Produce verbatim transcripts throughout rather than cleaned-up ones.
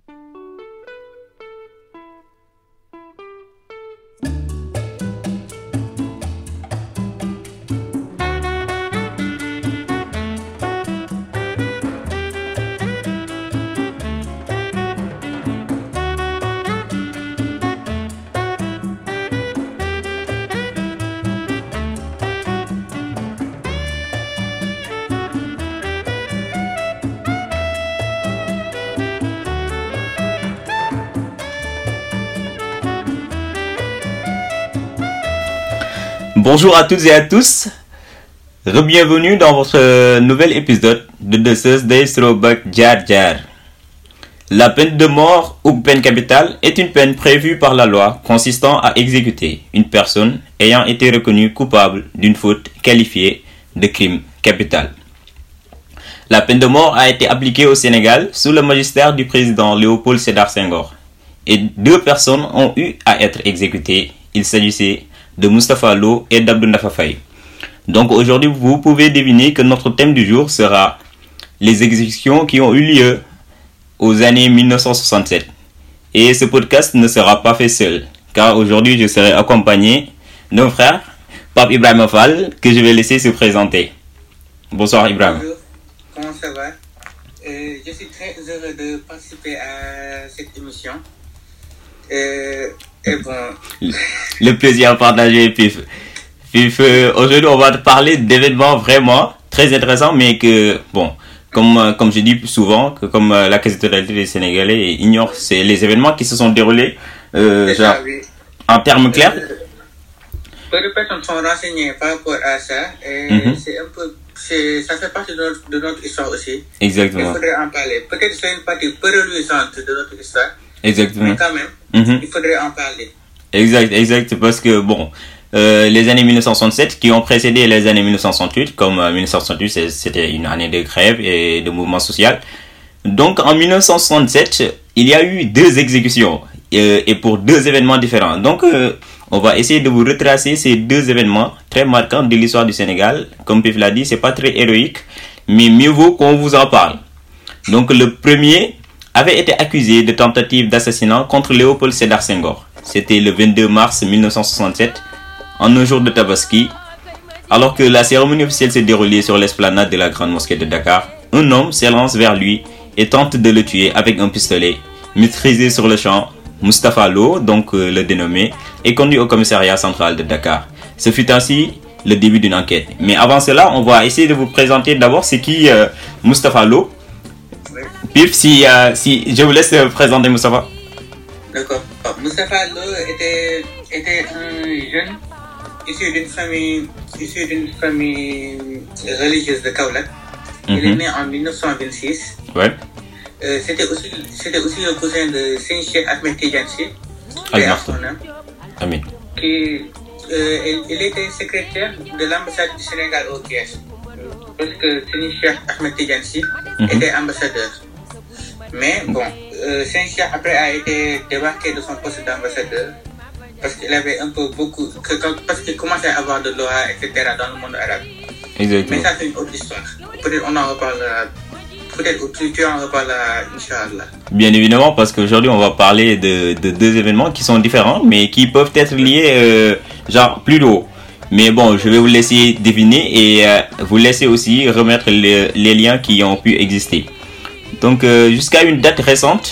Bonjour à toutes et à tous, re-bienvenue dans votre euh, nouvel épisode de The Thursday Throwback Jar Jar. La peine de mort ou peine capitale est une peine prévue par la loi consistant à exécuter une personne ayant été reconnue coupable d'une faute qualifiée de crime capital. La peine de mort a été appliquée au Sénégal sous le magistère du président Léopold Sédar Senghor et deux personnes ont eu à être exécutées. Il s'agissait de Moustapha Lo et d'Abdou Ndafa Faye. Donc aujourd'hui, vous pouvez deviner que notre thème du jour sera les exécutions qui ont eu lieu aux années mille neuf cent soixante-sept. Et ce podcast ne sera pas fait seul, car aujourd'hui je serai accompagné d'un frère, Pape Ibrahim Fall, que je vais laisser se présenter. Bonsoir Ibrahim. Bonjour, comment ça va? euh, Je suis très heureux de participer à cette émission. Euh, et bon... Le plaisir partagé, Pif. Pif, euh, aujourd'hui, on va te parler d'événements vraiment très intéressants, mais que, bon, comme, euh, comme je dis souvent, que comme euh, la quasi-totalité des Sénégalais ignorent c'est les événements qui se sont déroulés, euh, genre, ça, oui. En termes clairs. Euh, peu de personnes sont renseignées par rapport à ça, et Mm-hmm. c'est un peu... C'est, ça fait partie de notre, de notre histoire aussi. Exactement. Il faudrait en parler. Peut-être que c'est une partie peu reluisante de notre histoire, Exactement. mais quand même, Mm-hmm. il faudrait en parler. Exact, exact, parce que bon, euh, les années mille neuf cent soixante-sept qui ont précédé les années mille neuf cent soixante-huit, comme euh, mille neuf cent soixante-huit c'est- c'était une année de grève et de mouvement social. Donc en mille neuf cent soixante-sept, il y a eu deux exécutions euh, et pour deux événements différents. Donc euh, on va essayer de vous retracer ces deux événements très marquants de l'histoire du Sénégal. Comme Pif l'a dit, c'est pas très héroïque, mais mieux vaut qu'on vous en parle. Donc le premier avait été accusé de tentative d'assassinat contre Léopold Sédar Senghor. C'était le vingt-deux mars mille neuf cent soixante-sept, en un jour de Tabaski, alors que la cérémonie officielle s'est déroulée sur l'esplanade de la Grande Mosquée de Dakar. Un homme s'élance vers lui et tente de le tuer avec un pistolet. Maîtrisé sur le champ, Moustapha Lo, donc euh, le dénommé, est conduit au commissariat central de Dakar. Ce fut ainsi le début d'une enquête. Mais avant cela, on va essayer de vous présenter d'abord c'est qui euh, Moustapha Lo. Oui. Pif, si, euh, si je vous laisse euh, présenter Moustapha. D'accord. Bon, Moustapha Lo était, était un jeune issu d'une famille, issu d'une famille religieuse de Kaolack. Il est Mhm. né en mille neuf cent vingt-six. Ouais. Euh, c'était aussi, c'était aussi le cousin de Saint Cheikh Ahmed Tidiane Sy, Ahmed paix à Martin. son âme, Amin. qui, euh, il, il était secrétaire de l'ambassade du Sénégal au Caire. Parce que Saint Cheikh Ahmed Tidiane Sy Mhm. était ambassadeur. Mais bon, euh, Saint Cheikh après a été débarqué de son poste d'ambassadeur parce qu'il avait un peu beaucoup, que, que- parce qu'il commençait à avoir de l'aura, et cetera dans le monde arabe. Mais Exactement. ça c'est une autre histoire. Peut-être on en reparlera, peut-être tu, tu en reparleras, Inch'Allah. Bien évidemment, parce qu'aujourd'hui, on va parler de, de deux événements qui sont différents, mais qui peuvent être liés, euh, genre, plus haut. Mais bon, je vais vous laisser deviner et euh, vous laisser aussi remettre les, les liens qui ont pu exister. Donc, euh, jusqu'à une date récente,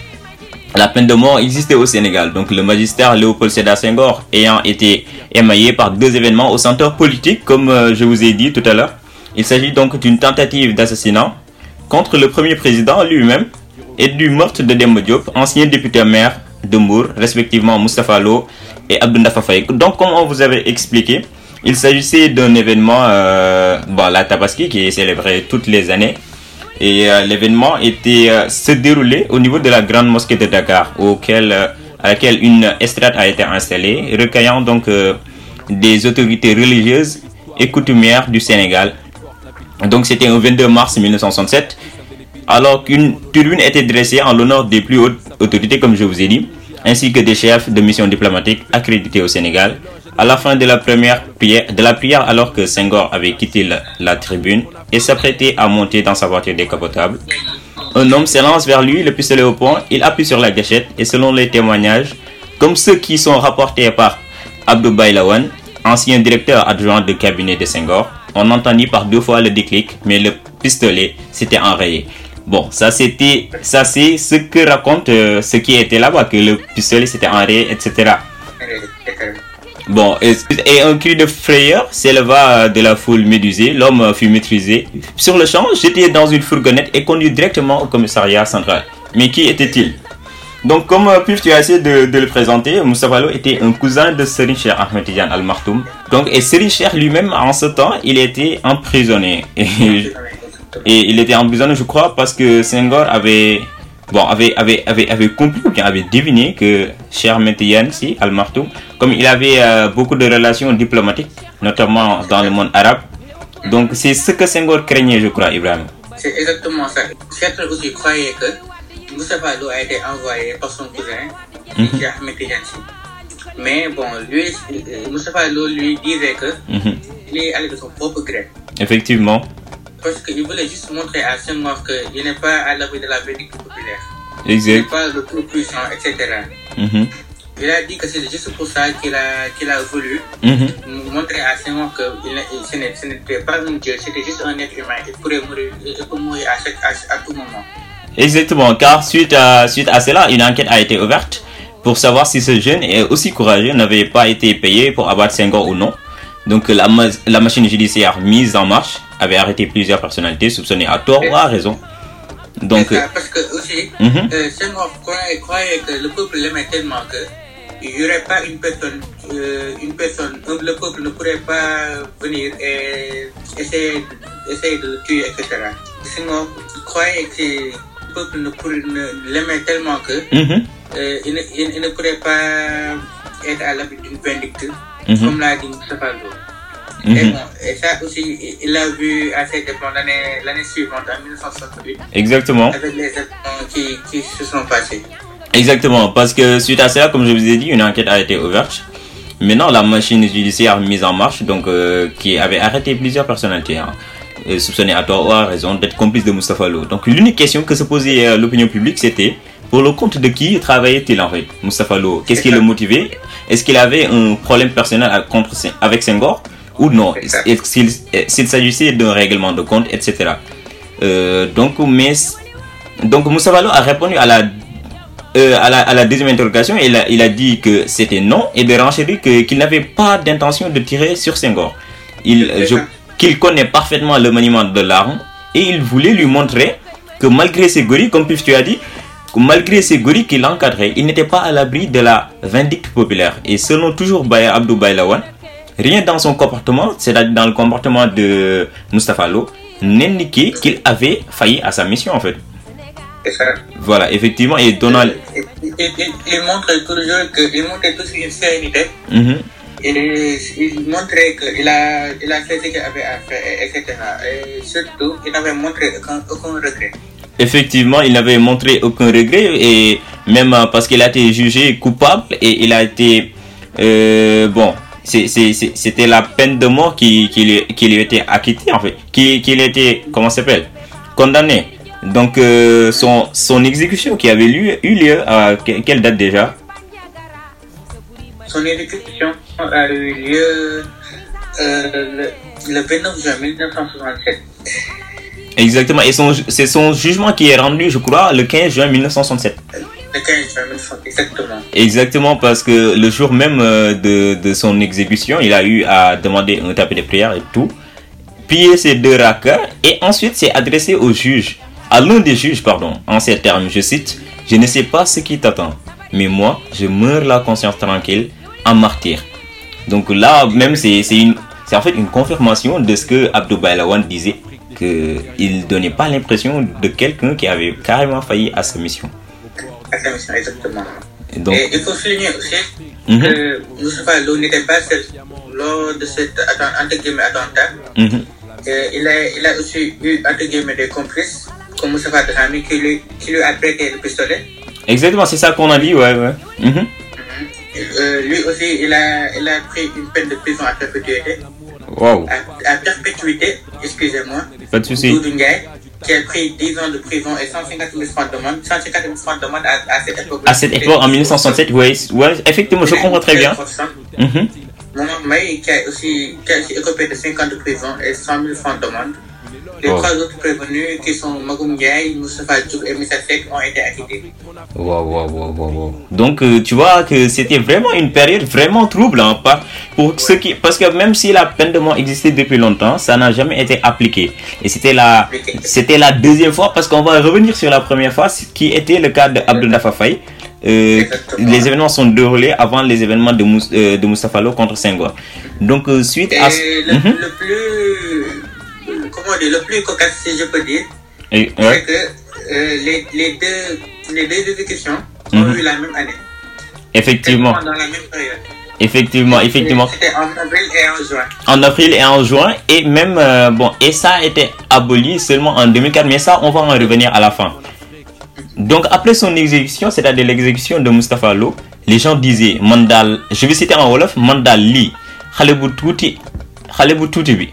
la peine de mort existait au Sénégal. Donc, le magistère Léopold Sédar Senghor ayant été émaillé par deux événements au centre politique, comme euh, je vous ai dit tout à l'heure. Il s'agit donc d'une tentative d'assassinat contre le premier président lui-même et du meurtre de Demba Diop, ancien député maire de Mbour, respectivement Moustapha Lo et Abdou Ndafa Faye. Donc, comme on vous avait expliqué, il s'agissait d'un événement, euh, bon, la Tabaski, qui est célébré toutes les années. Et euh, l'événement était euh, se déroulait au niveau de la Grande Mosquée de Dakar, auquel, euh, à laquelle une estrade a été installée, recueillant donc euh, des autorités religieuses et coutumières du Sénégal. Donc c'était un vingt-deux mars mille neuf cent soixante-sept, alors qu'une tribune était dressée en l'honneur des plus hautes autorités, comme je vous ai dit, ainsi que des chefs de mission diplomatique accrédités au Sénégal. À la fin de la première prière, de la prière, alors que Senghor avait quitté la, la tribune et s'apprêtait à monter dans sa voiture décapotable, un homme s'élance vers lui, le pistolet au poing, il appuie sur la gâchette et selon les témoignages, comme ceux qui sont rapportés par Abdoulaye Lawan, ancien directeur adjoint de cabinet de Senghor, on entendit par deux fois le déclic, mais le pistolet s'était enrayé. Bon, ça c'était, ça c'est ce que raconte euh, ceux qui étaient là-bas, que le pistolet s'était enrayé, et cetera. Bon, et, et un cri de frayeur s'éleva de la foule médusée. L'homme fut maîtrisé. Sur le champ, j'étais dans une fourgonnette et conduit directement au commissariat central. Mais qui était-il? Donc, comme euh, Pif, tu as essayé de, de le présenter, Moustapha Lo était un cousin de Serigne Cheikh Ahmed Tidiane Al Maktoum. Donc, et Serigne Cheikh lui-même, en ce temps, il était emprisonné. Et, et il était emprisonné, je crois, parce que Senghor avait... Bon, avait, avait, avait, avait compris ou bien avait deviné que Cheikh Ahmed Tidiane si, Al Maktoum, comme il avait euh, beaucoup de relations diplomatiques, notamment dans le monde arabe, donc c'est ce que Senghor craignait, je crois, Ibrahim. C'est exactement ça. Certains aussi croyaient que Moustapha Lo a été envoyé par son cousin, mm-hmm. Cheikh Ahmed Tidiane si. Mais bon, lui, Moustapha Lo lui disait que mm-hmm. il est allé de son propre gré. Effectivement. Parce qu'il voulait juste montrer à Senghor qu'il n'est pas à l'abri de la vérité populaire. Exact. Il n'est pas le plus puissant, et cetera. Mm-hmm. Il a dit que c'est juste pour ça qu'il a, qu'il a voulu mm-hmm. montrer à Senghor que il, ce n'était pas un dieu, c'était juste un être humain. Il pourrait mourir, il peut mourir à, chaque, à, à tout moment. Exactement, car suite à, suite à cela, une enquête a été ouverte pour savoir si ce jeune est aussi courageux n'avait pas été payé pour abattre Senghor ou non. Donc la, la machine judiciaire mise en marche avait arrêté plusieurs personnalités soupçonnées à tort ou à raison. Donc, ça, parce que aussi, mm-hmm. euh, Senghor croyait, croyait que le peuple l'aimait tellement que il n'y aurait pas une personne, euh, une personne, le peuple ne pourrait pas venir et essayer, essayer de le tuer, et cetera. Senghor croyait que le peuple ne pourrait, ne, l'aimait tellement que mm-hmm. euh, il, ne, il, il ne pourrait pas être à l'abri d'une vindicte, mm-hmm. comme l'a dit Moustapha Lo. Mm-hmm. Et, bon, et ça aussi, il l'a vu à cette époque, l'année, l'année suivante, en dix-neuf cent soixante-huit. Exactement. Avec les événements qui, qui se sont passés. Exactement, parce que suite à cela, comme je vous ai dit, une enquête a été ouverte. Maintenant, la machine judiciaire mise en marche, donc euh, qui avait arrêté plusieurs personnalités, hein, soupçonnées à tort ou à raison d'être complices de Moustapha Lo. Donc l'unique question que se posait euh, l'opinion publique, c'était pour le compte de qui travaillait-il en fait, Moustapha Lo? Qu'est-ce qui le motivait? Est-ce qu'il avait un problème personnel à, contre, avec Senghor ou non? Est-ce qu'il, s'il s'agissait d'un règlement de compte, et cetera. Euh, donc, mais, donc Moustapha Lo a répondu à la, euh, à la, à la deuxième interrogation. Il a, il a dit que c'était non et de renchérir que, qu'il n'avait pas d'intention de tirer sur Senghor. Il, je, qu'il connaît parfaitement le maniement de l'arme et il voulait lui montrer que malgré ses gorilles, comme Pif tu as dit, malgré ces gorilles qu'il encadrait, il n'était pas à l'abri de la vindicte populaire. Et selon toujours Baya Abdoulaye Lawan, rien dans son comportement, c'est-à-dire dans le comportement de Moustapha Lo, n'indiquait qu'il avait failli à sa mission en fait. C'est ça. Voilà, effectivement, et Donald... Il, il, il, il montre toujours que, il montre toujours une sérénité. Mm-hmm. Et il montrait qu'il a, il a fait ce qu'il avait à faire, et cetera. Et surtout, il n'avait montré aucun, aucun regret. Effectivement, il n'avait montré aucun regret, et même parce qu'il a été jugé coupable et il a été... Euh, bon, c'est, c'est, c'est, c'était la peine de mort qui, qui, lui, qui lui était acquittée, en fait. Qui, qui lui était, comment ça s'appelle, condamné. Donc, euh, son, son exécution qui avait eu, eu lieu à quelle date déjà? Son exécution a eu lieu euh, le, le vingt-neuf juin mille neuf cent soixante-sept. Exactement, et son, c'est son jugement qui est rendu, je crois, le quinze juin mille neuf cent soixante-sept. Le quinze juin mille neuf cent soixante-sept, exactement. Exactement, parce que le jour même de, de son exécution, il a eu à demander un tapis de prière et tout, piller ses deux rakas, et ensuite s'est adressé au juge, à l'un des juges, pardon, en ces termes, je cite, « Je ne sais pas ce qui t'attend, mais moi, je meurs la conscience tranquille en martyr. » Donc là, même, c'est, c'est, une, c'est en fait une confirmation de ce que Abdoulaye Lawan disait, qu'il ne donnait pas l'impression de quelqu'un qui avait carrément failli à sa mission. À sa mission, exactement. Et, donc, et il faut souligner aussi mm-hmm. que Moustapha Lo n'était pas seul lors de cet entre guillemets attentat. Mm-hmm. Il, a, il a aussi eu entre guillemets des complices, comme Moustapha Dramé, qui lui, qui lui a prêté le pistolet. Exactement, c'est ça qu'on a dit, ouais, ouais. Mm-hmm. Mm-hmm. Euh, lui aussi, il a, il a pris une peine de prison à perpétuité. Wow. À, à perpétuité, excusez-moi. Pas de souci. Doudou Ndiaye. qui a pris dix ans de prison et cent cinquante mille francs d'amende. cent cinquante mille francs d'amende à, à cette époque. À cette époque, en mille neuf cent soixante-sept, oui, ouais, effectivement, je comprends très bien. Mm-hmm. Maman May, qui a aussi, qui a aussi écopé de cinq ans de prison et cent mille francs d'amende. Les oh. trois autres prévenus, qui sont Magoum Ndiaye, Moustapha Diouf et Missa Seck, ont été acquittés. Wow, wow, wow, wow, wow. Donc, euh, tu vois que c'était vraiment une période vraiment trouble, hein, pas pour ceux qui, parce que même si la peine de mort existait depuis longtemps, ça n'a jamais été appliqué. Et c'était la, c'était la deuxième fois, parce qu'on va revenir sur la première fois, qui était le cas d'Abdou Ndafa Faye. Euh, les événements sont déroulés avant les événements de, Mous, euh, de Moustapha Lo contre Senghor. Donc, euh, suite et à... Le, mm-hmm. le plus... Comment dire, le plus cocasse, si je peux dire, et, c'est ouais. que euh, les, les, deux, les deux exécutions ont mm-hmm. eu la même année. Effectivement. Dans la même période. Effectivement, effectivement. C'était en avril et en juin. En avril et en juin, et même, euh, bon, et ça a été aboli seulement en deux mille quatre, mais ça, on va en revenir à la fin. Donc, après son exécution, c'est-à-dire l'exécution de Moustapha Lo, les gens disaient, Mandal, je vais citer en Wolof, Mandal li, Khalebou Touti, Khalebou Touti bi.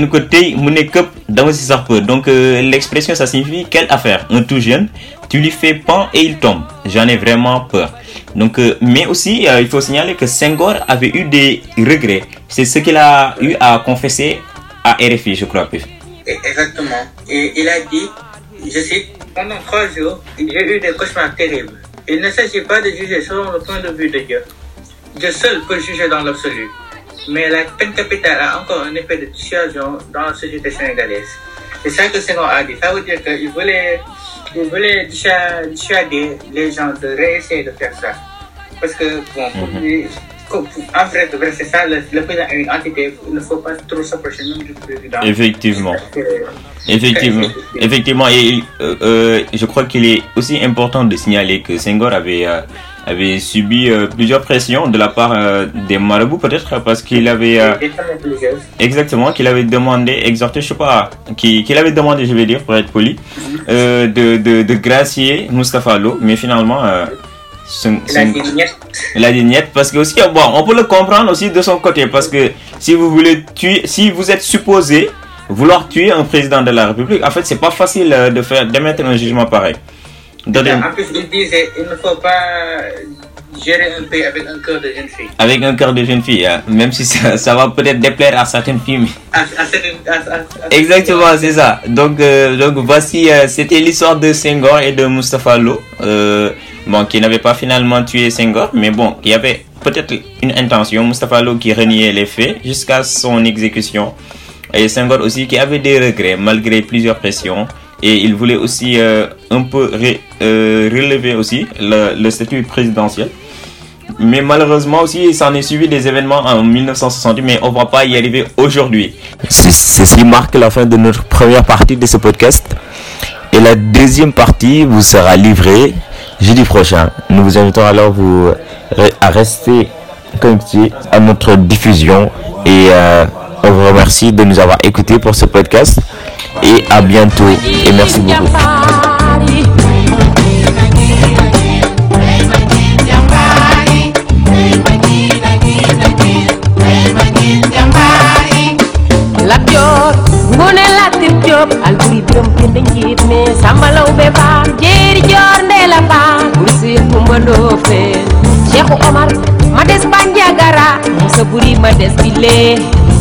Donc euh, l'expression ça signifie quelle affaire, un tout jeune, tu lui fais pan et il tombe. J'en ai vraiment peur. Donc euh, mais aussi euh, il faut signaler que Senghor avait eu des regrets. C'est ce qu'il a eu à confesser à R F I, je crois. Exactement. Et il a dit, je cite, pendant trois jours, j'ai eu des cauchemars terribles. Il ne s'agit pas de juger selon le point de vue de Dieu. Dieu seul peut juger dans l'absolu. Mais la peine capitale a encore un effet de dissuasion dans la société sénégalaise. C'est ça que Senghor a dit. Ça veut dire qu'il voulait, il voulait dissuader les gens de réessayer de faire ça. Parce que, bon, pour lui, en vrai, c'est ça, le, le président a une entité, il ne faut pas trop s'approcher même du président. Effectivement. Effectivement. Effectivement. Et euh, euh, je crois qu'il est aussi important de signaler que Senghor avait... Euh, avait subi euh, plusieurs pressions de la part euh, des marabouts, peut-être parce qu'il avait euh, exactement qu'il avait demandé, exhorté, je sais pas, qu'il, qu'il avait demandé, je vais dire pour être poli, euh, de, de de gracier Moustapha Lo, mais finalement euh, son, son, il a dit niet parce que aussi bon, on peut le comprendre aussi de son côté parce que si vous voulez tuer, si vous êtes supposé vouloir tuer un président de la République, en fait c'est pas facile de faire d'émettre un jugement pareil. En plus, il disait il ne faut pas gérer un pays avec un cœur de jeune fille. Avec un cœur de jeune fille, hein. Même si ça, ça va peut-être déplaire à certaines filles. À, à certaines, à, à, à Exactement, c'est ça. Donc, euh, donc voici, euh, c'était l'histoire de Senghor et de Moustapha Lo, euh, bon, qui n'avait pas finalement tué Senghor, mais bon, il y avait peut-être une intention. Moustapha Lo qui reniait les faits jusqu'à son exécution. Et Senghor aussi qui avait des regrets malgré plusieurs pressions. Et il voulait aussi euh, un peu ré, euh, relever aussi le, le statut présidentiel. Mais malheureusement aussi, il s'en est suivi des événements en mille neuf cent soixante, mais on ne va pas y arriver aujourd'hui. Ceci marque la fin de notre première partie de ce podcast. Et la deuxième partie vous sera livrée jeudi prochain. Nous vous invitons alors vous, à rester connectés à notre diffusion. Et euh, on vous remercie de nous avoir écoutés pour ce podcast. Et à bientôt et merci beaucoup. Lat Joor Ngoone Latir Jóob Alburi Biram Penda Njiit Me Samba Lawbe Ba Jeeri Joor Ndeela Ba Bursi Kumba Ndoofeen Cheikh Omar ma des Bandiagara Musa Buri ma des Bile